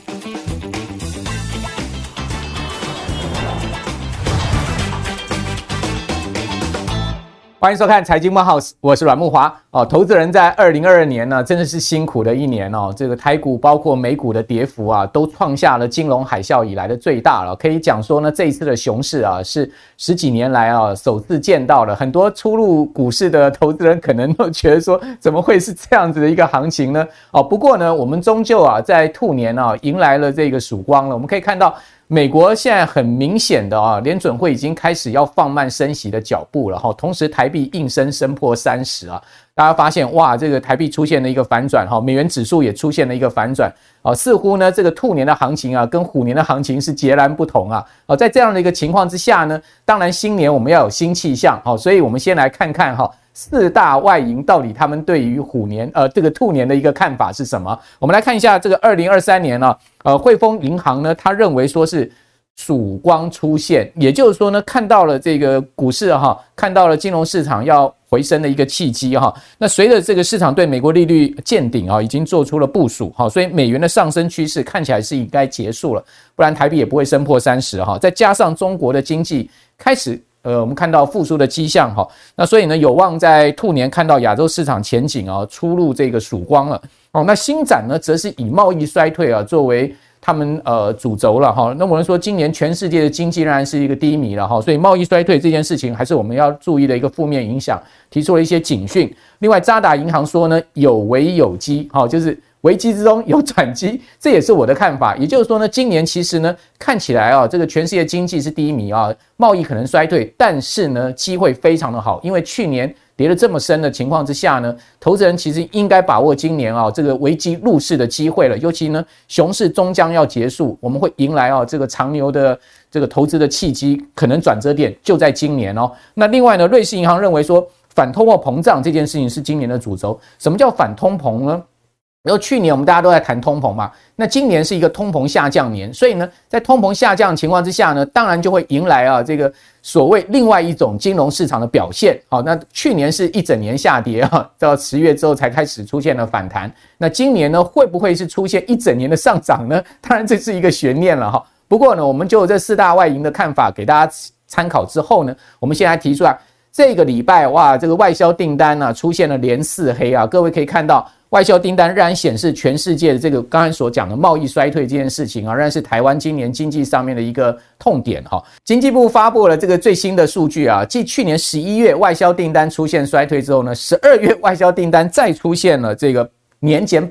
欢迎收看财经木 house， 我是阮木华。投资人在2022年呢，真的是辛苦的一年哦。这个台股包括美股的跌幅啊，都创下了金融海啸以来的最大了。可以讲说呢，这一次的熊市啊，是10几年来啊首次见到了。很多初入股市的投资人可能都觉得说，怎么会是这样子的一个行情呢？不过呢，我们终究啊，在兔年啊，迎来了这个曙光了。我们可以看到，美国现在很明显的啊，联准会已经开始要放慢升息的脚步了哈。同时，台币应声升破30啊，大家发现哇，这个台币出现了一个反转哈，美元指数也出现了一个反转啊，似乎呢这个兔年的行情啊，跟虎年的行情是截然不同啊。在这样的一个情况之下呢，当然新年我们要有新气象哈，所以我们先来看看哈。4大外银到底他们对于虎年这个兔年的一个看法是什么？我们来看一下这个2023年呢，汇丰银行呢，他认为说是曙光出现，也就是说呢，看到了这个股市哈，看到了金融市场要回升的一个契机哈。那随着这个市场对美国利率见顶啊，已经做出了部署哈，所以美元的上升趋势看起来是应该结束了，不然台币也不会升破30哈。再加上中国的经济开始我们看到复苏的迹象哈，那所以呢，有望在兔年看到亚洲市场前景啊出入这个曙光了哦。那新展呢，则是以贸易衰退啊作为他们主轴了哈。那我们说今年全世界的经济仍然是一个低迷了哈，所以贸易衰退这件事情还是我们要注意的一个负面影响，提出了一些警讯。另外，渣打银行说呢，有危有机，就是危机之中有转机，这也是我的看法。也就是说呢，今年其实呢，看起来啊，这个全世界经济是低迷啊，贸易可能衰退，但是呢，机会非常的好，因为去年跌得这么深的情况之下呢，投资人其实应该把握今年啊这个危机入市的机会了。尤其呢，熊市终将要结束，我们会迎来啊这个长牛的这个投资的契机，可能转折点就在今年哦。那另外呢，瑞士银行认为说，反通货膨胀这件事情是今年的主轴。什么叫反通膨呢？然后去年我们大家都在谈通膨嘛，那今年是一个通膨下降年，所以呢，在通膨下降的情况之下呢，当然就会迎来啊这个所谓另外一种金融市场的表现。好，那去年是一整年下跌啊，到10月之后才开始出现了反弹。那今年呢，会不会是出现一整年的上涨呢？当然这是一个悬念了哈。不过呢，我们就这4大外银的看法给大家参考之后呢，我们现在提出来，这个礼拜哇，这个外销订单啊出现了连4黑啊，各位可以看到。外销订单仍然显示全世界的这个刚才所讲的贸易衰退这件事情啊，仍然是台湾今年经济上面的一个痛点哈。经济部发布了这个最新的数据啊，继去年11月外销订单出现衰退之后呢，12月外销订单再出现了这个年减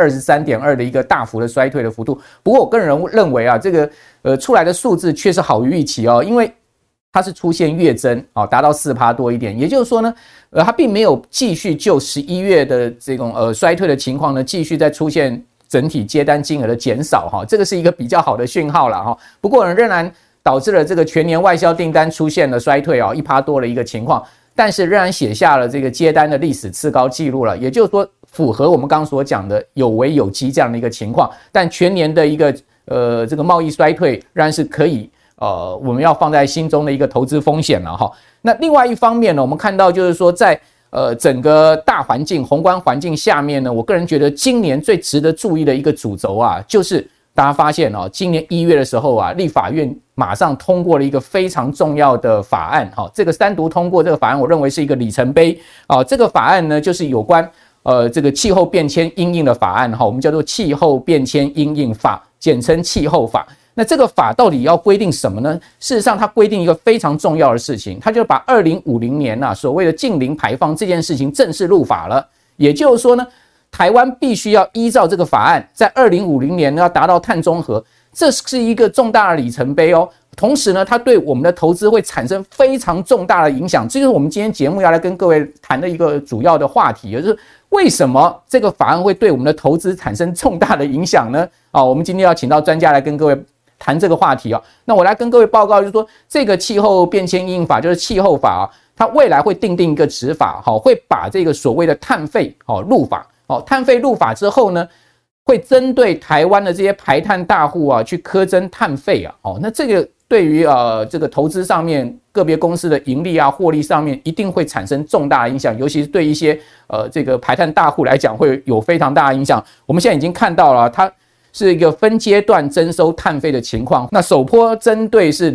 23.2% 的一个大幅的衰退的幅度。不过我个人认为啊，这个出来的数字确实好于预期哦，因为它是出现月增啊，达到 4% 多一点，也就是说呢，它并没有继续就11月的这种衰退的情况呢，继续再出现整体接单金额的减少哈，这个是一个比较好的讯号了哈。不过呢，仍然导致了这个全年外销订单出现了衰退啊，1% 多的一个情况，但是仍然写下了这个接单的历史次高纪录了，也就是说符合我们刚刚所讲的有危有机这样的一个情况，但全年的一个这个贸易衰退仍然是可以。我们要放在心中的一个投资风险了哈。那另外一方面呢，我们看到就是说在整个大环境宏观环境下面呢，我个人觉得今年最值得注意的一个主轴啊，就是大家发现哦，今年1月的时候啊，立法院马上通过了一个非常重要的法案哈。这个3读通过这个法案，我认为是一个里程碑啊。这个法案呢，就是有关这个气候变迁因应的法案哈，我们叫做气候变迁因应法，简称气候法。那这个法到底要规定什么呢？事实上，它规定一个非常重要的事情，它就把2050年所谓的净零排放这件事情正式入法了。也就是说呢，台湾必须要依照这个法案，在2050年要达到碳中和，这是一个重大的里程碑哦。同时呢，它对我们的投资会产生非常重大的影响，这就是我们今天节目要来跟各位谈的一个主要的话题，也就是为什么这个法案会对我们的投资产生重大的影响呢？我们今天要请到专家来跟各位谈这个话题哦。那我来跟各位报告，就是说这个气候变迁因应法，就是气候法啊，它未来会订定一个执法，会把这个所谓的碳费入法，碳费入法之后呢，会针对台湾的这些排碳大户啊，去苛征碳费啊，那这个对于这个投资上面个别公司的盈利啊、获利上面一定会产生重大的影响，尤其是对一些这个排碳大户来讲会有非常大的影响。我们现在已经看到了，它是一个分阶段征收碳费的情况。那首波针对是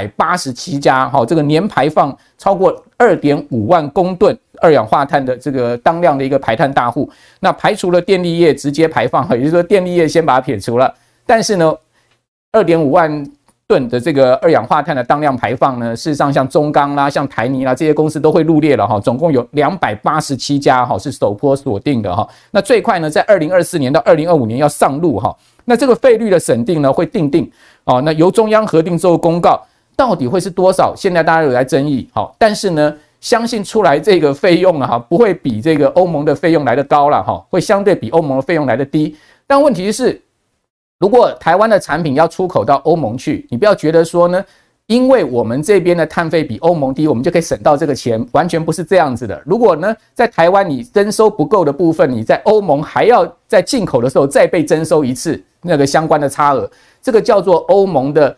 287家，这个年排放超过2.5万公吨二氧化碳的这个当量的一个排碳大户，那排除了电力业直接排放，也就是说电力业先把它撇除了，但是呢2.5万吨的这个二氧化碳的当量排放呢，事实上像中钢啦、像台泥啦这些公司都会入列了，总共有287家是首波锁定的。那最快呢在2024年到2025年要上路。那这个费率的审定呢会定，那由中央核定之后公告，到底会是多少？现在大家有在争议，但是呢，相信出来这个费用不会比这个欧盟的费用来得高了，会相对比欧盟的费用来得低。但问题是，如果台湾的产品要出口到欧盟去，你不要觉得说呢，因为我们这边的碳费比欧盟低，我们就可以省到这个钱，完全不是这样子的。如果呢，在台湾你征收不够的部分，你在欧盟还要在进口的时候再被征收一次那个相关的差额，这个叫做欧盟的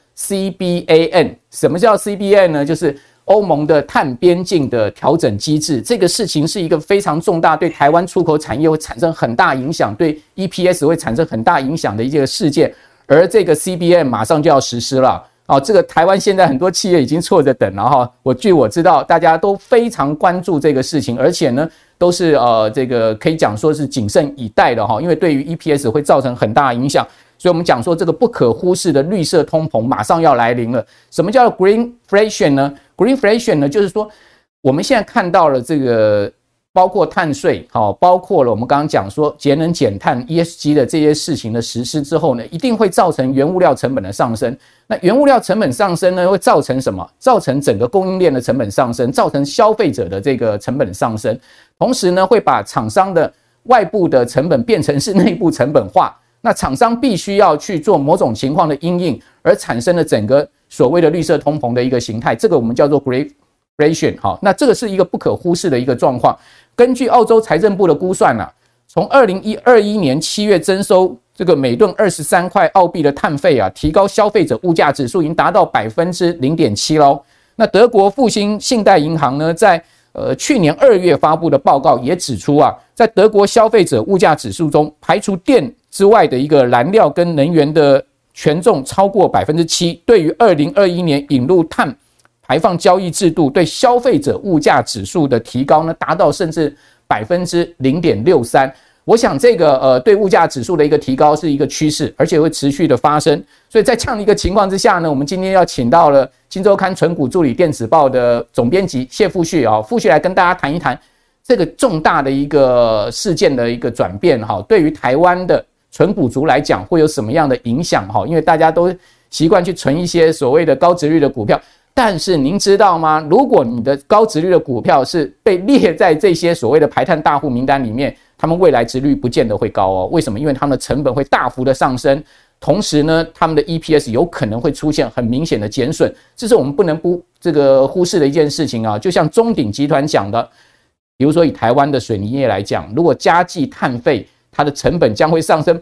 CBAM。什么叫 CBAM 呢？就是欧盟的碳边境的调整机制。这个事情是一个非常重大，对台湾出口产业会产生很大影响，对 EPS 会产生很大影响的一个事件。而这个 CBAM 马上就要实施了。这个台湾现在很多企业已经错着等了据我知道，大家都非常关注这个事情，而且呢，都是这个可以讲说是谨慎以待的因为对于 EPS 会造成很大的影响。所以我们讲说这个不可忽视的绿色通膨马上要来临了。什么叫 Greenflation 呢？ Greenflation 呢，就是说我们现在看到了这个包括碳税，包括了我们刚刚讲说节能减碳 ESG 的这些事情的实施之后呢，一定会造成原物料成本的上升。那原物料成本上升呢，会造成什么？造成整个供应链的成本上升，造成消费者的这个成本上升，同时呢，会把厂商的外部的成本变成是内部成本化。那厂商必须要去做某种情况的因应，而产生了整个所谓的绿色通膨的一个形态，这个我们叫做 Greenflation。那这个是一个不可忽视的一个状况。根据澳洲财政部的估算从2021年7月征收这个每吨23块澳币的碳费提高消费者物价指数已经达到 0.7% 咯。那德国复兴信贷银行呢，在去年2月发布的报告也指出在德国消费者物价指数中，排除电之外的一个燃料跟能源的权重超过 7%， 对于2021年引入碳排放交易制度对消费者物价指数的提高呢，达到甚至 0.63%。我想这个对物价指数的一个提高是一个趋势，而且会持续的发生。所以在这样的一个情况之下呢，我们今天要请到了《今周刊》纯股助理电子报的总编辑谢富旭富旭来跟大家谈一谈这个重大的一个事件的一个转变对于台湾的纯股族来讲会有什么样的影响因为大家都习惯去存一些所谓的高殖率的股票。但是您知道吗？如果你的高殖率的股票是被列在这些所谓的排碳大户名单里面，他们未来殖率不见得会高为什么？因为他们的成本会大幅的上升，同时呢，他们的 EPS 有可能会出现很明显的减损，这是我们不能忽视的一件事情就像中鼎集团讲的，比如说以台湾的水泥业来讲，如果加计碳费，它的成本将会上升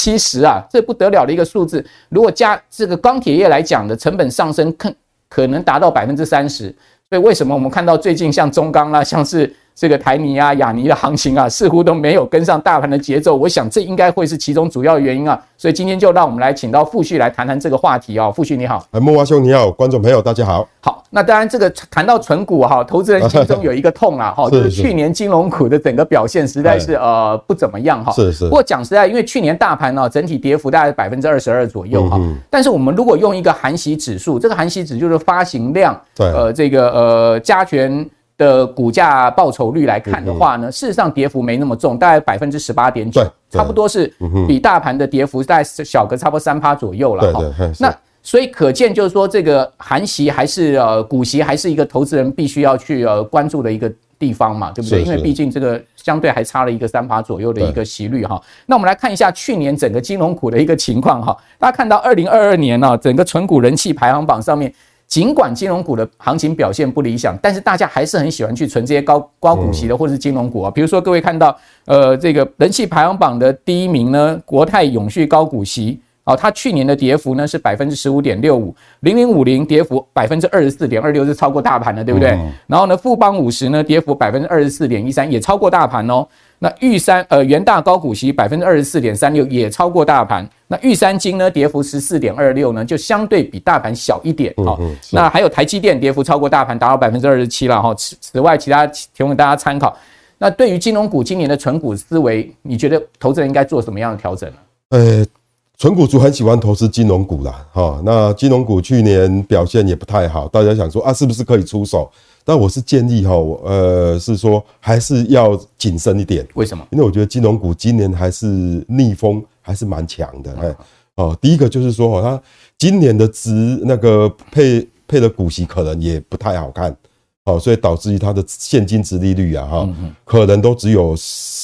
70%这不得了的一个数字。如果加这个钢铁业来讲的成本上升可能达到 30%。 所以为什么我们看到最近像中钢啦，像是这个台泥亚泥的行情似乎都没有跟上大盘的节奏，我想这应该会是其中主要的原因所以今天就让我们来请到富旭来谈谈这个话题富旭你好。 木华兄你好，观众朋友大家好。 好，那当然这个谈到纯股投资人心中有一个痛就是去年金融股的整个表现实在是不怎么样是。 不过讲实在，因为去年大盘整体跌幅大概 22% 左右但是我们如果用一个含息指数，这个含息指数就是发行量这个加权的股价报酬率来看的话呢，事实上跌幅没那么重，大概 18.9%， 差不多是比大盘的跌幅大概小个差不多 3% 左右了那所以可见就是说，这个含息还是股息还是一个投资人必须要去关注的一个地方嘛，对不对？因为毕竟这个相对还差了一个 3% 左右的一个息率那我们来看一下去年整个金融股的一个情况大家看到2022年整个纯股人气排行榜上面，尽管金融股的行情表现不理想，但是大家还是很喜欢去存这些高股息的或者是金融股比如说各位看到这个人气排行榜的第一名呢，国泰永续高股息它去年的跌幅呢是 15.65%，0050跌幅 24.26%， 是超过大盘的，对不对？然后呢，富邦50呢跌幅 24.13%， 也超过大盘哦。那元大高股息 24.36% 也超过大盘。那玉山金呢跌幅 14.26% 呢，就相对比大盘小一点。那还有台积电跌幅超过大盘，达到 27% 了。此外，其他提供给大家参考。那对于金融股今年的存股思维，你觉得投资人应该做什么样的调整呢？ 存股族很喜欢投资金融股啦，那金融股去年表现也不太好，大家想说是不是可以出手？但我是建议是说还是要谨慎一点。 为什么？ 因为我觉得金融股今年还是逆风还是蛮强的。第一个就是说它今年的那个配的股息可能也不太好看，所以导致于它的现金殖利率可能都只有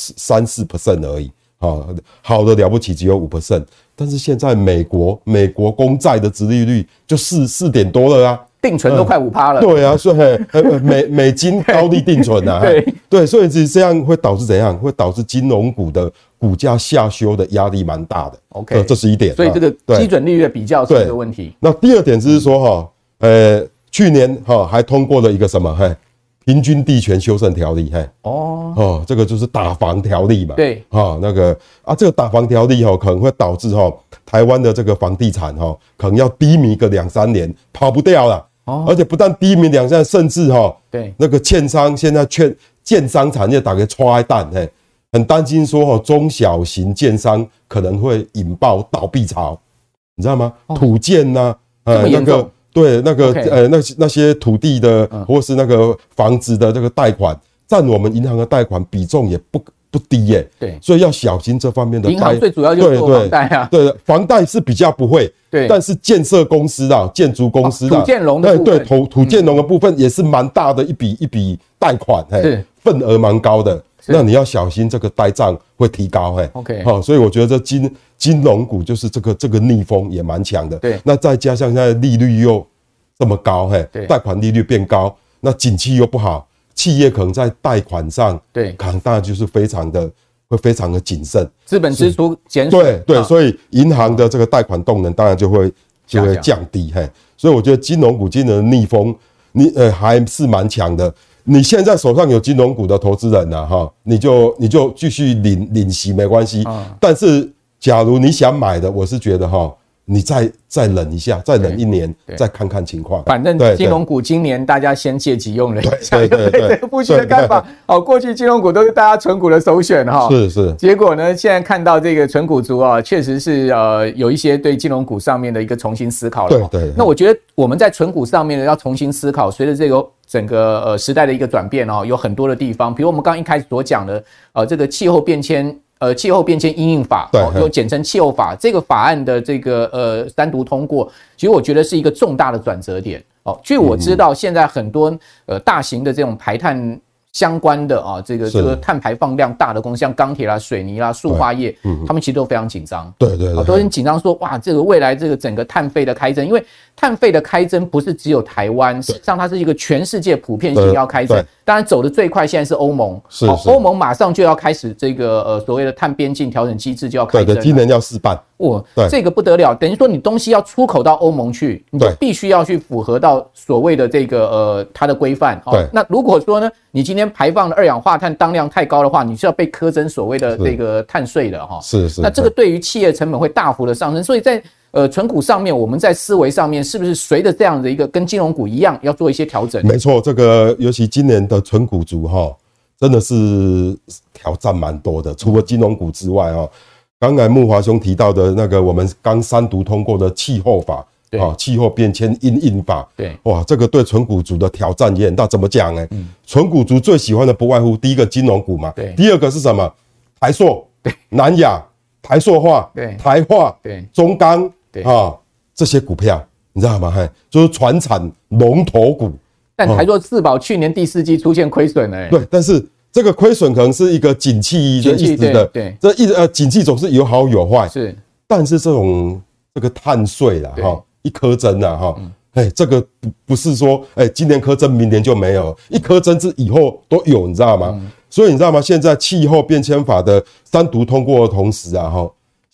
3-4% 而已。好的了不起只有 5%， 但是现在美国公债的殖利率就4点多了啊。 定存都快 5% 了。 对啊，所以美金高利定存啊。对，所以这样会导致怎样？会导致金融股的股价下修的压力蛮大的。 OK， 这是一点。 所以这个基准利率的比较是一个问题。 那第二点就是说去年还通过了一个什么平均地权修正条例。这个就是打房条例嘛。 对。 这个打房条例可能会导致台湾的这个房地产可能要低迷个2-3年，跑不掉了。而且不但低迷2-3年，甚至对那个建商现在建商产业打个踹蛋，很担心说中小型建商可能会引爆倒闭潮，你知道吗？土建呐，对那些土地的或是那个房子的这个贷款，占我们银行的贷款比重也不低耶。对，所以要小心这方面的。 银行最主要就是做房贷啊。 对，房贷是比较不会。对，但是建设公司建筑公司土建融的部分， 对土建融的部分也是蛮大的一笔贷款，份额蛮高的。那你要小心这个呆账会提高。 OK， 所以我觉得这金融股就是这个逆风也蛮强的。 对， 那再加上现在利率又这么高，贷款利率变高，那景气又不好，企业可能在贷款上，可能当然就是会非常的谨慎，资本支出减少。 对，所以银行的这个贷款动能当然就会降低。所以我觉得金融股今年的逆风，还是蛮强的。你现在手上有金融股的投资人你就继续领息没关系。但是假如你想买的，我是觉得你再忍一下，再忍1年，再看看情况。 反正金融股今年大家先借机用了一下。对这个布局的看法。过去金融股都是大家存股的首选是。 结果呢，现在看到这个存股族确实是有一些对金融股上面的一个重新思考了。对。那我觉得我们在存股上面呢要重新思考，随着这个整个时代的一个转变有很多的地方，比如我们刚一开始所讲的这个气候变迁因应法，就简称气候法，这个法案的这个3读通过，其实我觉得是一个重大的转折点。据我知道，现在很多大型的这种排碳相关的这个碳排放量大的公司，像钢铁啦、水泥啦、塑化业，他们其实都非常紧张。对，都很紧张说，哇，这个未来这个整个碳费的开征，因为碳费的开征不是只有台湾，实际上它是一个全世界普遍性要开征。当然走得最快现在是欧盟，欧盟马上就要开始这个所谓的碳边境调整机制就要开征了。 对，今年要试办。 这个不得了，等于说你东西要出口到欧盟去，你就必须要去符合到所谓的这个它的规范。那如果说呢，你今天排放的二氧化碳当量太高的话，你是要被课征所谓的这个碳税的是。那这个对于企业成本会大幅的上升，所以在存股上面，我们在思维上面是不是随着这样的一个跟金融股一样要做一些调整？ 没错，这个尤其今年的存股族真的是挑战蛮多的，除了金融股之外刚才木华兄提到的那个我们刚3读通过的气候法，气候变迁因应法，哇，这个对存股族的挑战也很大。怎么讲呢？存股族最喜欢的不外乎第一个金融股嘛，第二个是什么？台塑、南亚、台塑化、台化、中钢这些股票，你知道吗？就是传产龙头股。 但台塑自保去年第4季出现亏损了。 对，但是这个亏损可能是一个景气的意思的，这景气总是有好有坏，但是这个碳税啦，一苛征啦，这个不是说今年苛征明年就没有，一苛征是以后都有，你知道吗？所以你知道吗？现在气候变迁法的3读通过的同时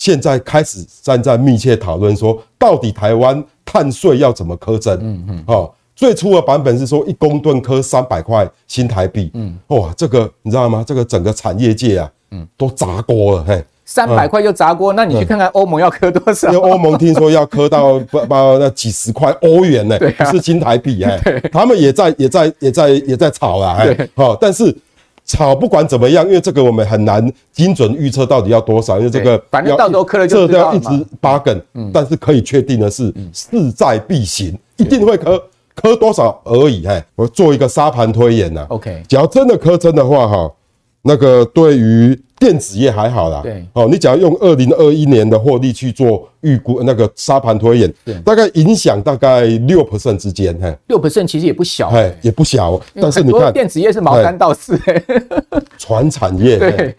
现在开始站在密切讨论说，到底台湾碳税要怎么课征？最初的版本是说1公吨课300块新台币。哇，这个你知道吗？这个整个产业界啊，都砸锅了，嘿。 300块就砸锅，那你去看看欧盟要课多少？ 因为欧盟听说要课到那几十块欧元呢，不是新台币哎，他们也在吵啦，但是吵不管怎么样，因为这个我们很难精准预测到底要多少，因为这个反正到时候课了就知道了嘛。 这要一直bargain，但是可以确定的是势在必行，一定会课多少而已，我做一个沙盘推演呐。 OK， 只要真的课征的话，那个对于电子业还好啦， 对， 你只要用2021年的获利去做预估，那个沙盘推演，大概影响大概6% 之间 ，6% 其实也不小， 也不小。但是你看， 电子业是毛3到4， 传产业对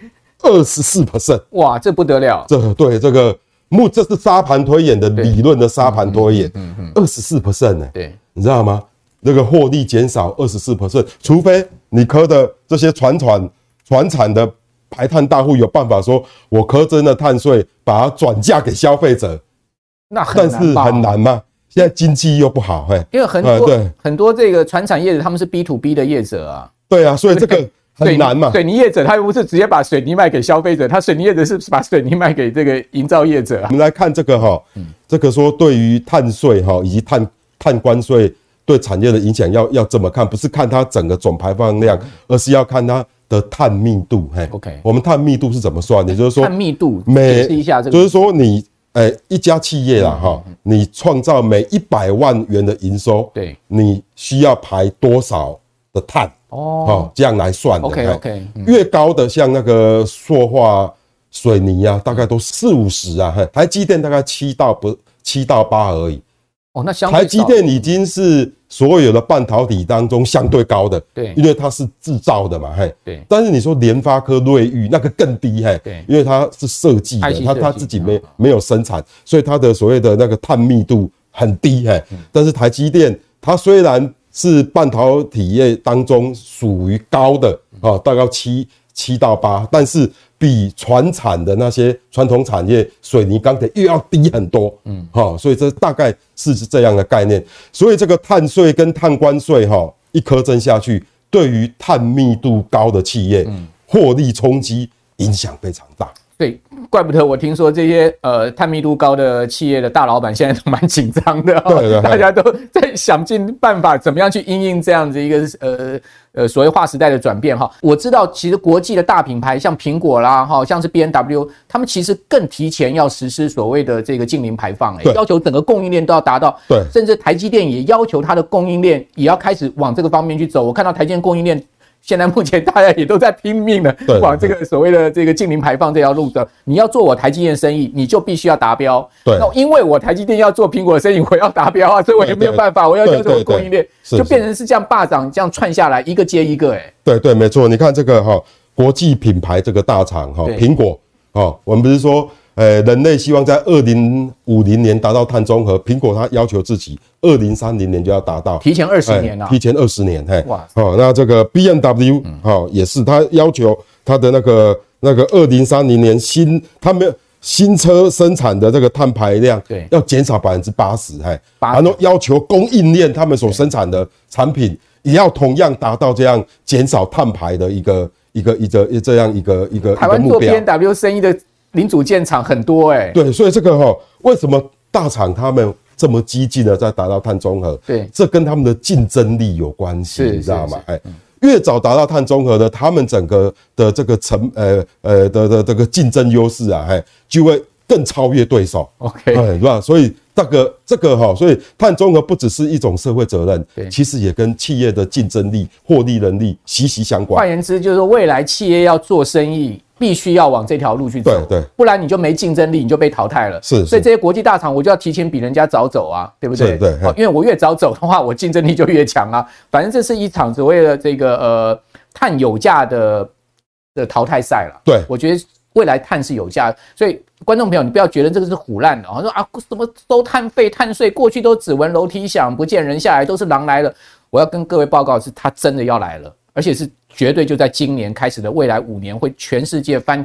24%， 哇，这不得了。 对这个这是沙盘推演的理论的沙盘推演，24%呢，对，你知道吗？那个获利减少24%，除非你科的这些传产的排碳大户有办法说，我课征的碳税把它转嫁给消费者， 那很难吧？ 但是很难嘛。现在经济又不好， 因为很多这个传产业者他们是 B to B 的业者啊。 对啊，所以这个很难嘛。 水泥业者他又不是直接把水泥卖给消费者，他水泥业者是把水泥卖给这个营造业者啊。 我们来看这个这个说对于碳税以及碳关税对产业的影响要怎么看？不是看它整个总排放量，而是要看它的碳密度。 OK， 我们碳密度是怎么算？也就是说， 碳密度解释一下这个， 就是说你一家企业啦你创造每100万元的营收，对，你需要排多少的碳？这样来算的。OK， 越高的像那个塑化、水泥啊，大概都40-50啊，台积电大概7到8而已。那相对台积电已经是所有的半导体当中相对高的，对，因为它是制造的嘛，对。但是你说联发科、瑞昱那个更低，对，因为它是设计的，它自己没有生产，所以它的所谓的那个碳密度很低，但是台积电它虽然是半导体业当中属于高的大概7到8，但是比传产的那些传统产业水泥钢铁又要低很多，所以这大概是这样的概念。所以这个碳税跟碳关税一课征下去，对于碳密度高的企业获利冲击影响非常大。 对，怪不得我听说这些碳密度高的企业的大老板现在都蛮紧张的，对，大家都在想尽办法怎么样去因应这样子一个所谓划时代的转变哈。我知道其实国际的大品牌像苹果啦像是 BMW， 他们其实更提前要实施所谓的这个净零排放，要求整个供应链都要达到，对，甚至台积电也要求它的供应链也要开始往这个方面去走。我看到台积电供应链现在目前大家也都在拼命的往这个所谓的这个净零排放这条路走。你要做我台积电生意，你就必须要达标。对，那因为我台积电要做苹果生意，我要达标啊，所以我也没有办法，我要求供应链，就变成是这样霸掌这样串下来，一个接一个。 对，没错。你看这个国际品牌这个大厂苹果我们不是说人类希望在2050年达到碳中和，苹果它要求自己2030年就要达到， 提前20年啊， 提前20年。哇，那这个 BMW 也是，它要求它的那个2030年他们新车生产的这个碳排量要减少80%，然后要求供应链他们所生产的产品也要同样达到这样减少碳排的一个这样一个目标。 台湾做 BMW 生意的零组件厂很多对，所以这个为什么大厂他们这么激进的在达到碳中和？对，这跟他们的竞争力有关系，你知道吗？越早达到碳中和的，他们整个的这个这个竞争优势啊，就会更超越对手。OK， 是吧？所以这个所以碳中和不只是一种社会责任，其实也跟企业的竞争力、获利能力息息相关。 换言之，就是未来企业要做生意，必须要往这条路去走，对，不然你就没竞争力，你就被淘汰了。所以这些国际大厂，我就要提前比人家早走啊，对不对？对，因为我越早走的话，我竞争力就越强啊。反正这是一场所谓的这个碳有价的淘汰赛了。对，我觉得未来碳是有价，所以观众朋友，你不要觉得这个是唬烂的，说啊什么收碳费、碳税，过去都只闻楼梯响，不见人下来，都是狼来了。我要跟各位报告的是，它真的要来了，而且是绝对就在今年开始的未来5年，会全世界翻天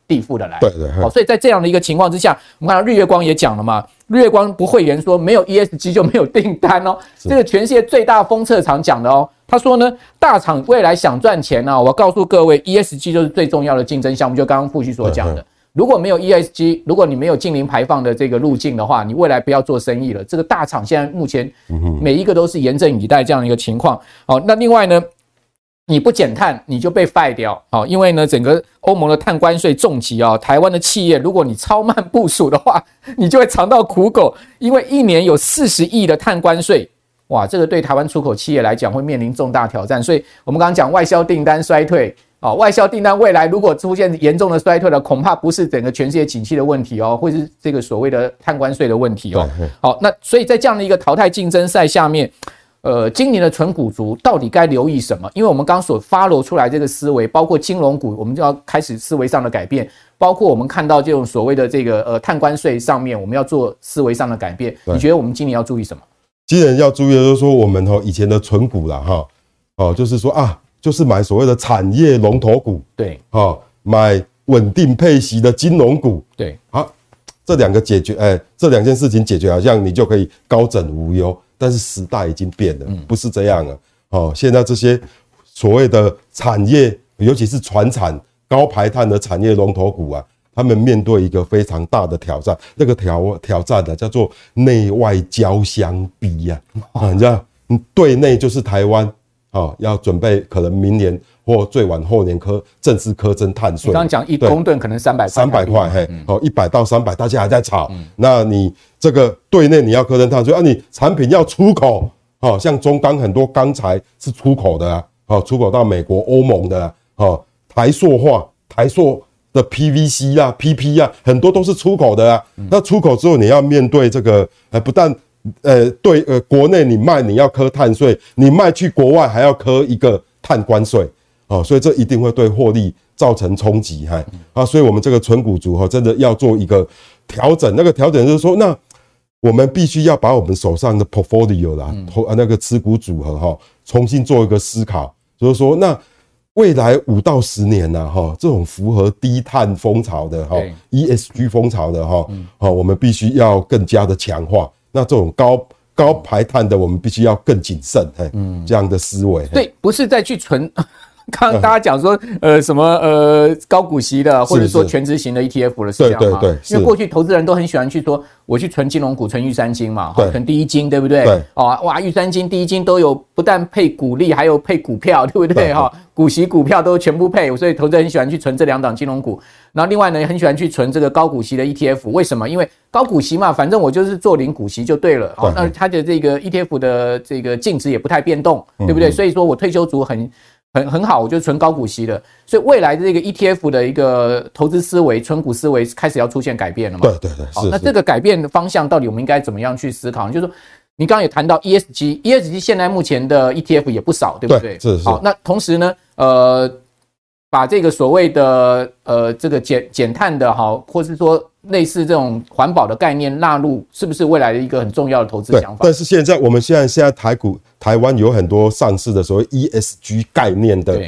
地付的来。 对对。 所以在这样的一个情况之下，我们看到日月光也讲了嘛，日月光不讳言说没有 ESG 就没有订单哦，这个全世界最大封测厂讲的哦。他说呢，大厂未来想赚钱呢，我告诉各位 ，ESG 就是最重要的竞争项目，就刚刚傅旭所讲的。如果没有 ESG， 如果你没有净零排放的这个路径的话，你未来不要做生意了。这个大厂现在目前每一个都是严阵以待这样的一个情况。好，那另外呢，你不减碳你就被 fire 掉。好，因为呢整个欧盟的碳关税重击啊，台湾的企业如果你超慢部署的话，你就会尝到苦果，因为一年有40亿的碳关税。哇，这个对台湾出口企业来讲会面临重大挑战。所以我们刚刚讲外销订单衰退。外销订单未来如果出现严重的衰退了，恐怕不是整个全世界景气的问题哦，会是这个所谓的碳关税的问题哦。好，那所以在这样的一个淘汰竞争赛下面，今年的纯股族到底该留意什么？因为我们刚刚所 follow 出来这个思维，包括金融股，我们就要开始思维上的改变，包括我们看到这种所谓的这个碳关税上面，我们要做思维上的改变。你觉得我们今年要注意什么？ 今年要注意的就是说，我们以前的纯股啦，就是说就是买所谓的产业龙头股， 对， 买稳定配息的金融股， 对， 好，这两件事情解决，好像你就可以高枕无忧。但是时代已经变了，不是这样了。现在这些所谓的产业，尤其是传产高排碳的产业龙头股啊，他们面对一个非常大的挑战，那个挑战呢叫做内外交相逼呀。你知道，对内就是台湾。要准备可能明年或最晚后年正式课征碳税。 刚刚讲1公吨可能300 块，100到300，大家还在吵。那你这个对内你要课征碳税你产品要出口，像中钢很多钢材是出口的出口到美国、欧盟的台塑的 PVC 啊、PP 啊，很多都是出口的那出口之后你要面对这个不但国内你卖你要课碳税，你卖去国外还要课一个碳关税，所以这一定会对获利造成冲击所以我们这个纯股族真的要做一个调整，那个调整就是说，那我们必须要把我们手上的 portfolio 啦，那个持股组合重新做一个思考，就是说，那未来5到10年这种符合低碳风潮的ESG 风潮的我们必须要更加的强化。那这种高排碳的，我们必须要更谨慎，这样的思维。 对，不是再去存。刚刚大家讲说，什么高股息的，或者说全值型的 ETF 的是这样吗？对，因为过去投资人都很喜欢去说，我去存金融股、存玉山金嘛，存第一金，对不对？对，哇，玉山金、第一金都有，不但配股利，还有配股票，对不对？股息、股票都全部配，所以投资人很喜欢去存这2档金融股。然后另外呢，也很喜欢去存这个高股息的 ETF， 为什么？因为高股息嘛，反正我就是做零股息就对了。那它的这个 ETF 的这个净值也不太变动，对不对？所以说我退休族很好，我就存高股息的，所以未来的这个 ETF 的一个投资思维、存股思维开始要出现改变了嘛？对，好，那这个改变的方向到底我们应该怎么样去思考？就是说，你刚刚也谈到 ESG 现在目前的 ETF 也不少，对不对？是。好，那同时呢，把这个所谓的这个减碳的或是说类似这种环保的概念纳入，是不是未来的一个很重要的投资想法？但是我们现在台湾有很多上市的所谓 ESG 概念的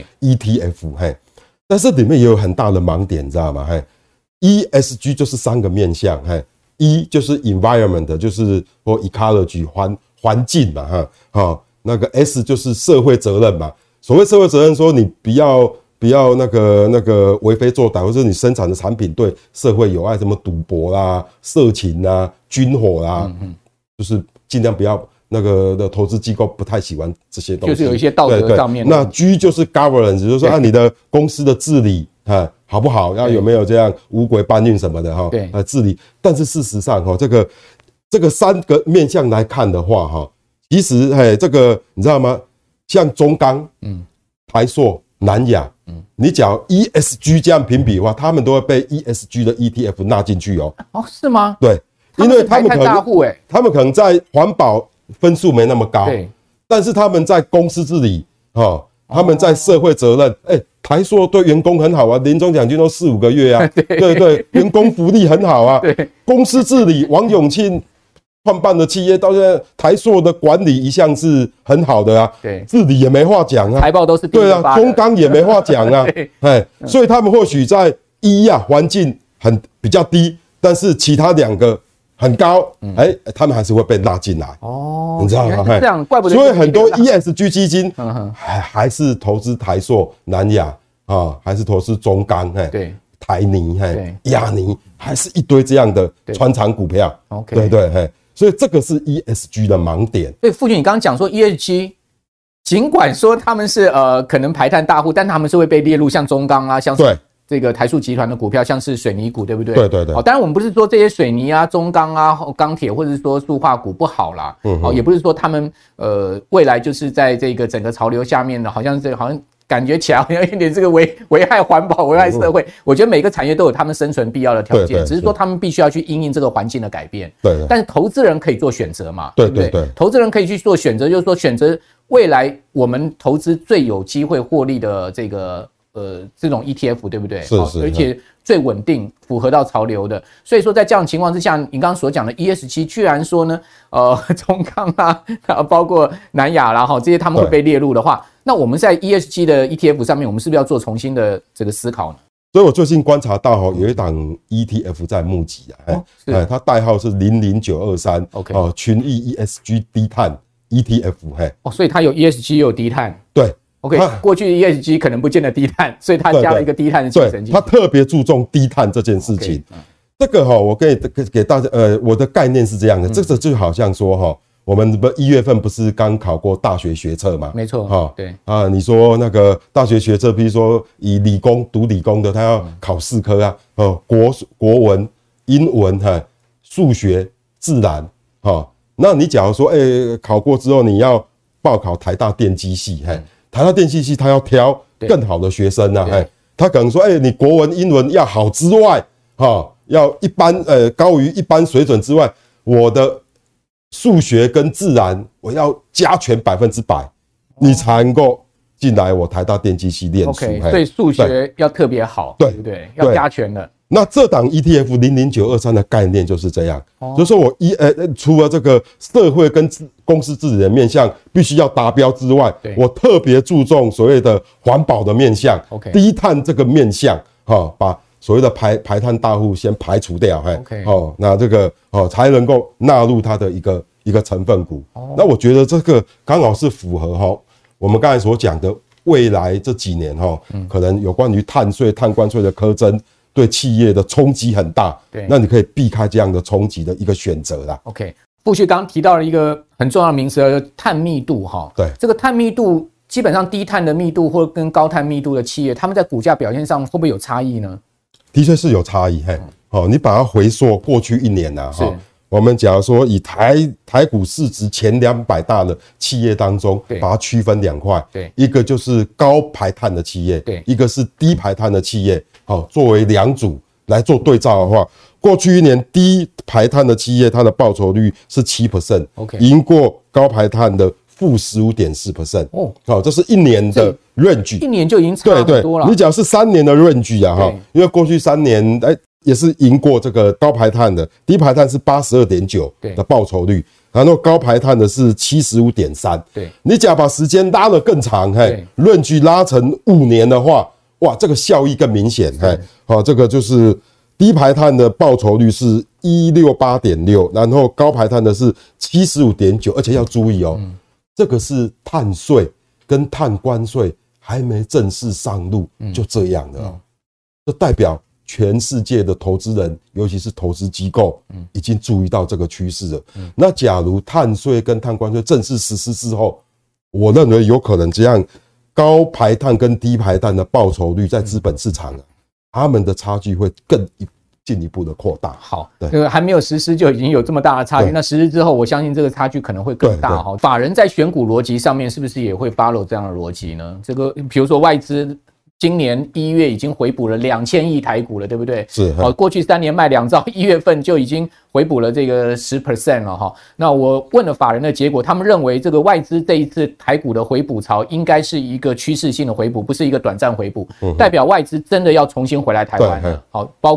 ETF， 但是里面也有很大的盲点，你知道吗？ESG 就是3个面向，E 就是 environment， 就是或 ecology 环境嘛，那个 S 就是社会责任嘛。所谓社会责任，说你不要那个为非作歹，或者你生产的产品对社会有害，什么赌博啦、色情啦、军火啦，就是尽量不要。那个的投资机构不太喜欢这些东西，就是有一些道德上面的。那 G 就是 governance， 就是说你的公司的治理好不好，然后有没有这样五轨搬运什么的治理。但是事实上这个3个面向来看的话其实这个你知道吗？像中钢、台塑、南亚，你只要 ESG 这样评比的话，他们都会被 ESG 的 ETF 纳进去是吗？对，因为他们可能在环保分数没那么高，但是他们在公司治理，他们在社会责任，台塑对员工很好啊，年终奖金都4-5个月啊，对，员工福利很好啊，公司治理，王永庆创办的企业到现在，台塑的管理一向是很好的啊，治理也没话讲啊，财报都是对啊，中钢也没话讲啊，所以他们或许在环境比较低，但是其他2个很高，他们还是会被纳进来。你知道吗？ 这样怪不得。 所以很多 ESG 基金还是投资台塑、南亚还是投资中钢， 对， 台泥、亚泥，还是一堆这样的传产股票。对对，所以这个是 ESG 的盲点。 所以父亲，你刚刚讲说 ESG。尽管说他们是可能排碳大户，但他们是会被列入像中钢啊，像是这个台塑集团的股票，像是水泥股，对不对？ 对对对。 当然我们不是说这些水泥啊、中钢啊、钢铁或者是说塑化股不好啦，也不是说他们未来就是在这个整个潮流下面的，好像感觉起来好像有点这个危害环保、危害社会。我觉得每个产业都有他们生存必要的条件，只是说他们必须要去因应这个环境的改变。对。但是投资人可以做选择嘛？对不对？投资人可以去做选择，就是说选择未来我们投资最有机会获利的这种 ETF， 对不对？是，而且最稳定，符合到潮流的。所以说在这样的情况之下，你刚刚所讲的 ESG 居然说呢，中钢啊，包括南亚啦，这些他们会被列入的话，那我们在 ESG 的 ETF 上面，我们是不是要做重新的这个思考呢？ 所以我最近观察到有一档 ETF 在募集它代号是00923，群益 ESG 低碳 ETF， 所以它有 ESG 又有低碳， 对。 OK， 过去 ESG 可能不见得低碳，所以它加了一个低碳的精神进去。 它特别注重低碳这件事情。这个我可以给大家，我的概念是这样的，这个就好像说我们1月份不是刚考过大学学测吗？ 没错，对啊，你说那个大学学测，比如说以读理工的，他要考4科啊，国文、英文、数学、自然，那你假如说考过之后你要报考台大电机系，台大电机系他要挑更好的学生啊，他可能说，你国文、英文要好之外，要一般高于一般水准之外，我的数学跟自然我要加权100%，你才能够进来我台大电机系念书。 所以数学要特别好，对不对？要加权的。 那这档 ETF 00923的概念就是这样，就是说我除了这个社会跟公司治理的面向必须要达标之外，我特别注重所谓的环保的面向，低碳这个面向，把所谓的排碳大户先排除掉，那这个才能够纳入它的一个成分股。那我觉得这个刚好是符合我们刚才所讲的未来这几年可能有关于碳税、碳关税的苛征。对企业的冲击很大，那你可以避开这样的冲击的一个选择啦。 OK， 傅旭刚提到了一个很重要的名词，叫碳密度对，这个碳密度基本上低碳的密度或跟高碳密度的企业，他们在股价表现上会不会有差异呢？ 的确是有差异，你把它回溯过去1年啊，我们假如说以台股市值前200大的企业当中，把它区分2块，一个就是高排碳的企业，一个是低排碳的企业，作为2组来做对照的话，过去1年低排碳的企业它的报酬率是 7%， 赢过高排碳的负 15.4%。这是1年的 range， 1年就已经差很多了。 你只要是3年的 range 啊，因为过去3年也是赢过这个高排碳的，低排碳是 82.9% 的报酬率，然后高排碳的是 75.3%。你假把时间拉得更长，range 拉成5年的话，哇，这个效益更明显。这个就是低排碳的报酬率是 168.6%， 然后高排碳的是 75.9%， 而且要注意这个是碳税跟碳关税还没正式上路就这样的这代表全世界的投资人，尤其是投资机构，已经注意到这个趋势了。那假如碳税跟碳关税正式实施之后，我认为有可能这样高排碳跟低排碳的报酬率在资本市场他们的差距会更进一步的扩大。好， 还没有实施就已经有这么大的差距，那实施之后，我相信这个差距可能会更大。法人在选股逻辑上面是不是也会 follow 这样的逻辑呢？这个比如说外资今年1月已经回补了2000亿台股了，对不对？是。过去3年卖2兆，1月份就已经回补了这个 10% 了那我问了法人的结果，他们认为这个外资这一次台股的回补潮应该是一个趋势性的回补，不是一个短暂回补，代表外资真的要重新回来台湾了。包括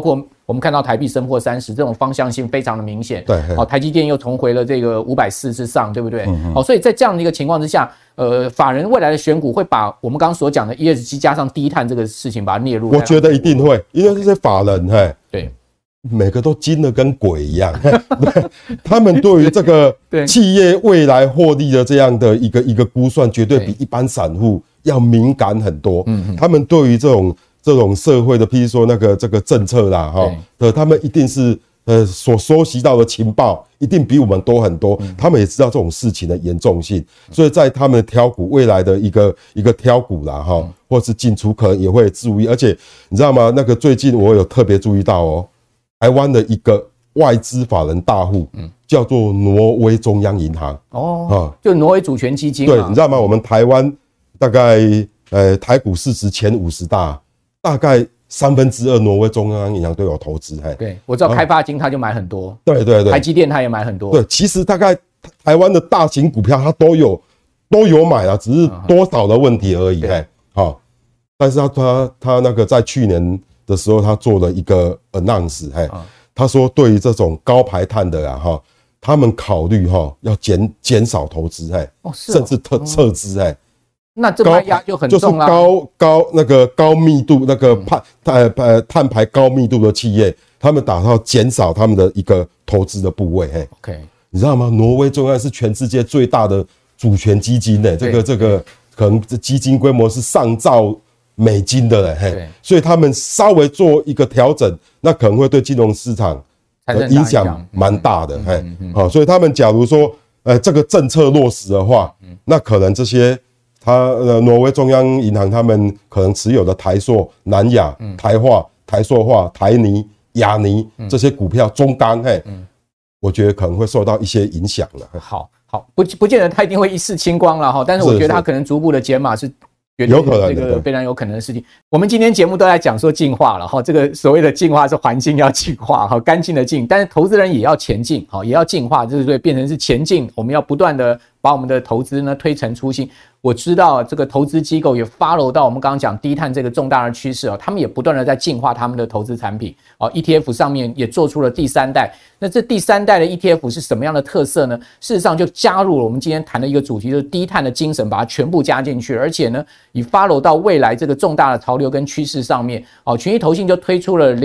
我们看到台币升破30，这种方向性非常的明显。 对， 台积电又重回了这个540之上，对不对？所以在这样的一个情况之下，法人未来的选股会把我们刚刚所讲的 ESG 加上低碳这个事情把它列入。 我觉得一定会，因为这些法人， 对。 每个都精的跟鬼一样，他们对于这个企业未来获利的这样的一个估算，绝对比一般散户要敏感很多。他们对于这种社会的，譬如说这个政策啦，他们一定是所收集到的情报一定比我们多很多。他们也知道这种事情的严重性，所以在他们挑股未来的一个挑股啦，或是进出可能也会注意。而且你知道吗？那个最近我有特别注意到哦。台湾的一个外资法人大户，叫做挪威中央银行就挪威主权基金。 对，你知道吗？我们台湾大概台股市值前50大，大概2/3挪威中央银行都有投资。 对，我知道开发金他就买很多， 对， 台积电他也买很多。 对，其实大概台湾的大型股票他都有买啊，只是多少的问题而已。但是他那个在去年的时候，他做了一个 announce， 他说对于这种高排碳的他们考虑要减少投资，甚至撤资， 那这卖压就很重啦。 就是高密度那个碳排高密度的企业，他们打算减少他们的一个投资的部位。 OK， 你知道吗？挪威中央是全世界最大的主权基金这个可能基金规模是上兆美金的所以他们稍微做一个调整，那可能会对金融市场的影响蛮大的。所以他们假如说这个政策落实的话，那可能这些挪威中央银行他们可能持有的台塑、南亚、台化、台塑化、台泥、亚泥这些股票中钢，我觉得可能会受到一些影响了。 好，不见得他一定会一次清光了但是我觉得他可能逐步的减码是。 有可能， 这个非常有可能的事情。我们今天节目都在讲说净化了这个所谓的净化是环境要净化干净的净，但是投资人也要前进也要净化，就是对变成是前进，我们要不断的把我们的投资呢推陈出新。我知道这个投资机构也 follow 到我们刚刚讲低碳这个重大的趋势他们也不断的在净化他们的投资产品ETF 上面也做出了第3代。那这第3代的 ETF 是什么样的特色呢？事实上就加入了我们今天谈的一个主题，就是低碳的精神，把它全部加进去，而且呢，以 follow 到未来这个重大的潮流跟趋势上面群益投信就推出了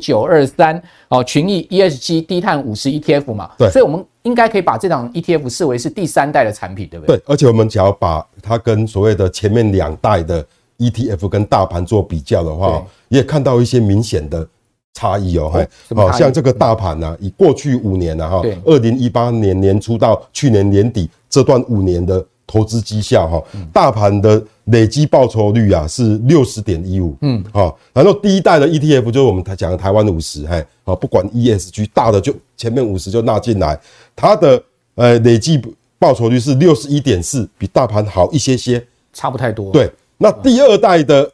00923群益 ESG 低碳50 ETF 嘛。对，所以我们应该可以把这档 ETF 视为是第3代的产品，对不对？ 对，而且我们只要把它跟所谓的前面2代的 ETF 跟大盘做比较的话，也看到一些明显的差异像这个大盘以过去5年2018年年初到去年年底这段5年的投资绩效大盘的累积报酬率是 60.15%。然后第1代的 ETF 就是我们讲的台湾50，不管 ESG 大的就前面50就纳进来，它的累计报酬率是 61.4%， 比大盘好一些， 差不太多。 对，那第2代的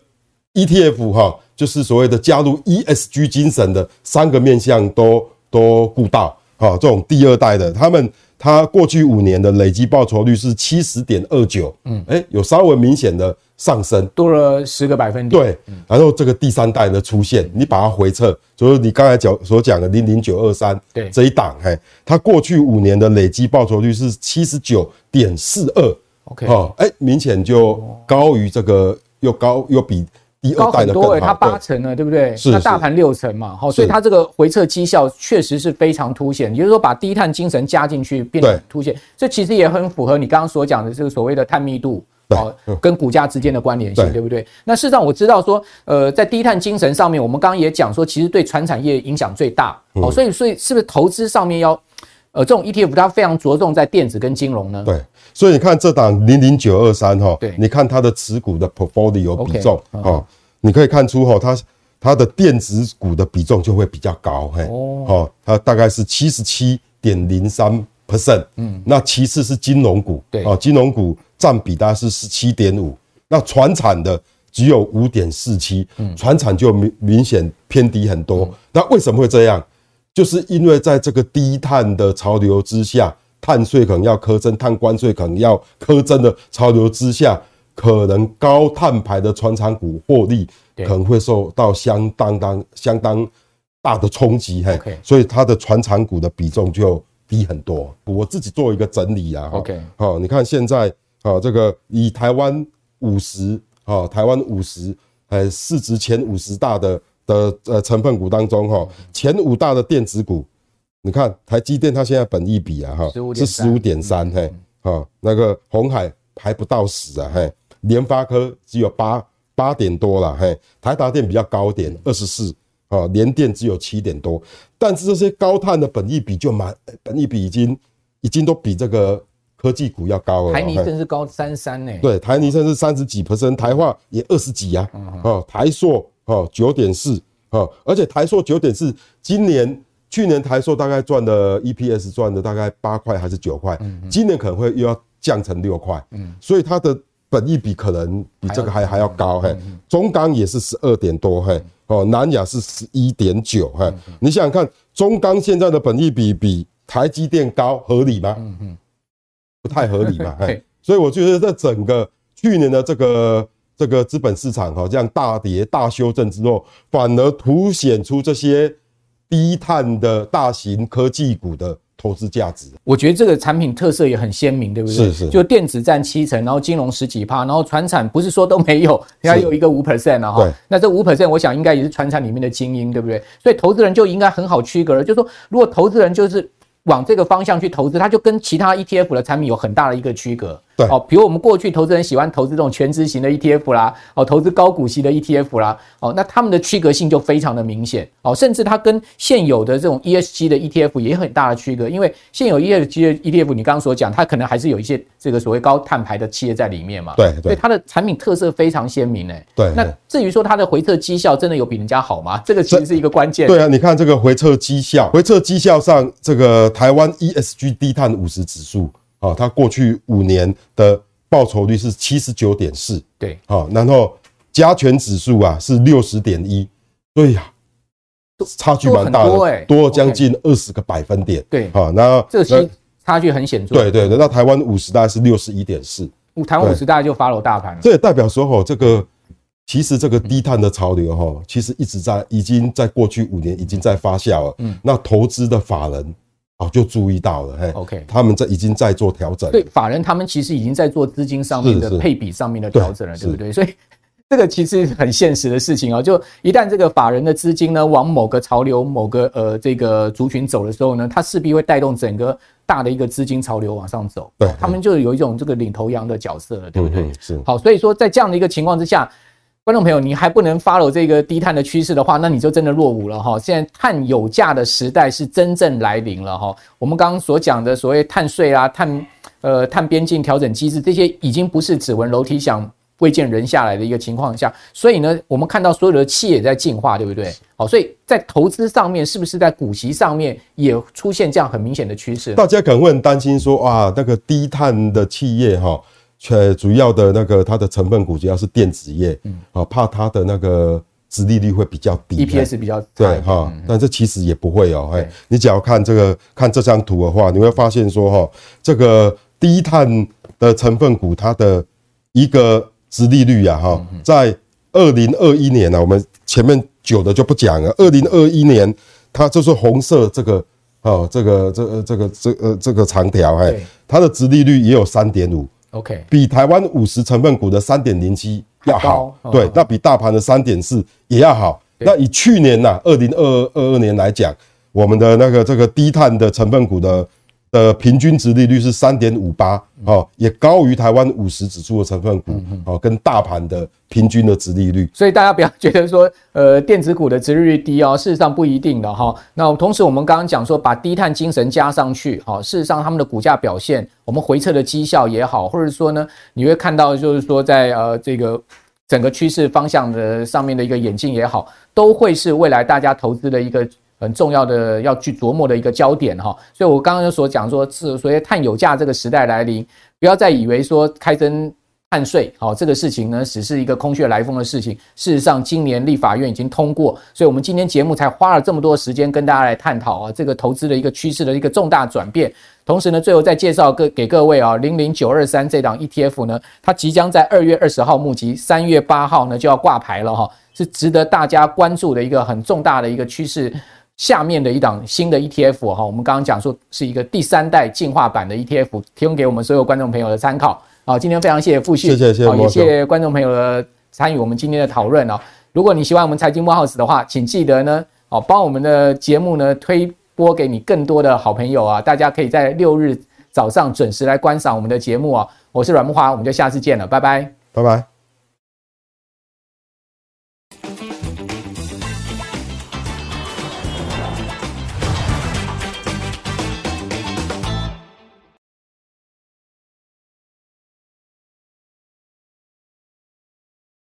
ETF 就是所谓的加入 ESG 精神的3个面向都顾到这种第2代的，它过去5年的累积报酬率是 70.29%，有稍微明显的上升， 多了10个百分点。 对，然后这个第3代的出现，你把它回测，就是你刚才所讲的00923这一档，它过去5年的累积报酬率是 79.42%， 明显就高于这个又比第2代的更好， 它8成了，对不对？那大盘6成嘛，所以它这个回测绩效确实是非常凸显。也就是说，把低碳精神加进去，变得很凸显。这其实也很符合你刚刚所讲的这个所谓的碳密度跟股价之间的关联性，对不对？那事实上我知道说，在低碳精神上面，我们刚刚也讲说，其实对传产业影响最大。所以是不是投资上面要这种 ETF 它非常着重在电子跟金融呢？ 对。所以你看这档00923你看它的持股的 portfolio 比重你可以看出它的电子股的比重就会比较高它大概是 77.03%，那其次是金融股，金融股占比大概是 17.5%，那传产的只有 5.47%，传产就明显偏低很多。那为什么会这样？就是因为在这个低碳的潮流之下，碳税可能要苛征，碳关税可能要苛征的潮流之下，可能高碳排的传产股获利可能会受到相当大的冲击， Okay. 所以它的传产股的比重就低很多。我自己做一个整理啊 ，OK， 好，你看现在这个以台湾50市值前50大的成分股当中前5大的电子股，你看台积电它现在本益比啊是 15.3，那个鸿海还不到10啊，联发科只有8点多啦，台达电比较高点24，联电只有7点多，但是这些高碳的本益比本益比已经都比这个科技股要高了。 台泥甚至高33呢。 对，台泥甚至30几%，台化也20几啊，台塑9.4，而且台塑9.4，去年台塑大概赚的 EPS 赚的大概8块还是9块，今年可能会又要降成6块，所以它的本益比可能比这个还要高，中钢也是12点多，南亚是11.9，你想想看，中钢现在的本益比比台积电高，合理吗？不太合理嘛，所以我觉得在整个去年的这个资本市场这样大跌大修正之后，反而凸显出这些低碳的大型科技股的投资价值。 我觉得这个产品特色也很鲜明，对不对？ 是， 就电子占7成，然后金融10几%，然后传产不是说都没有，还有一个5%啊， 对， 那这5%我想应该也是传产里面的精英，对不对？所以投资人就应该很好区隔了，就是说如果投资人就是往这个方向去投资，它就跟其他 ETF 的产品有很大的一个区隔。 对， 比如我们过去投资人喜欢投资这种全值型的 ETF 啦，投资高股息的 ETF 啦，那他们的区隔性就非常的明显，甚至它跟现有的这种 ESG 的 ETF 也有很大的区隔，因为现有 ESG 的 ETF 你刚刚所讲，它可能还是有一些这个所谓高碳排的企业在里面嘛， 对， 所以它的产品特色非常鲜明对， 那至于说它的回测绩效真的有比人家好吗？这个其实是一个关键。 对啊，你看这个回测绩效上，这个台湾 ESG 低碳50指数。它过去5年的报酬率是 79.4%， 对， 然后加权指数啊是 60.1%， 对呀，差距蛮大的，多将近20个百分点， 对， 那这个差距很显著，对， 那台湾50大概是 61.4%， 台湾50大概就 follow 大盘了， 这也代表说其实这个低碳的潮流其实已经在过去5年已经在发酵了，那投资的法人就注意到了 ，OK， 他们已经在做调整。 对，法人他们其实已经在做资金上面的配比上面的调整了，对不对？所以这个其实很现实的事情就一旦这个法人的资金呢往某个潮流、某个这个族群走的时候呢，它势必会带动整个大的一个资金潮流往上走。对，他们就有一种这个领头羊的角色了，对不对？ 是。 好，所以说在这样的一个情况之下。观众朋友，你还不能 follow 这个低碳的趋势的话，那你就真的落伍了哈。现在碳有价的时代是真正来临了哈。我们刚刚所讲的所谓碳税啊、碳边境调整机制，这些已经不是只闻楼梯响、未见人下来的一个情况下，所以呢，我们看到所有的企业也在进化，对不对？好，所以在投资上面，是不是在股息上面也出现这样很明显的趋势？ 大家可能会很担心说啊，那个低碳的企业主要的那个它的成分股主要是电子业，怕它的那个殖利率会比较低 ，EPS 比较对但这其实也不会你只要看这张图的话，你会发现说这个低碳的成分股它的一个殖利率在2021年我们前面久的就不讲了，2021年它就是红色这个长条它的殖利率也有 3.5。OK， 比台湾50成分股的 3.07 要好，对，那比大盘的 3.4 也要好。那以去年2022年来讲，我们的这个低碳的成分股的平均殖利率是 3.58，也高于台湾50指数的成分股，跟大盘的平均的殖利率。 所以大家不要觉得说，电子股的殖利率低事实上不一定的那同时我们刚刚讲说，把低碳精神加上去，事实上他们的股价表现，我们回测的绩效也好，或者说呢，你会看到就是说在这个整个趋势方向的上面的一个演进也好，都会是未来大家投资的一个很重要的要去琢磨的一个焦点所以我刚刚所讲说，是所谓碳有价这个时代来临，不要再以为说开征碳税这个事情呢只是一个空穴来风的事情。事实上今年立法院已经通过，所以我们今天节目才花了这么多时间跟大家来探讨这个投资的一个趋势的一个重大转变。同时呢，最后再介绍给各位00923这档 ETF 呢，它即将在2月20号募集，3月8号呢就要挂牌了是值得大家关注的一个很重大的一个趋势下面的一档新的 ETF 哈。我们刚刚讲说是一个第3代进化版的 ETF， 提供给我们所有观众朋友的参考。好，今天非常谢谢富旭， 谢谢， 也谢谢观众朋友的参与我们今天的讨论。如果你喜欢我们财经木 house 的话，请记得呢，帮我们的节目呢推播给你更多的好朋友啊，大家可以在6日早上准时来观赏我们的节目啊。我是阮慕骅，我们就下次见了，拜拜， 拜拜。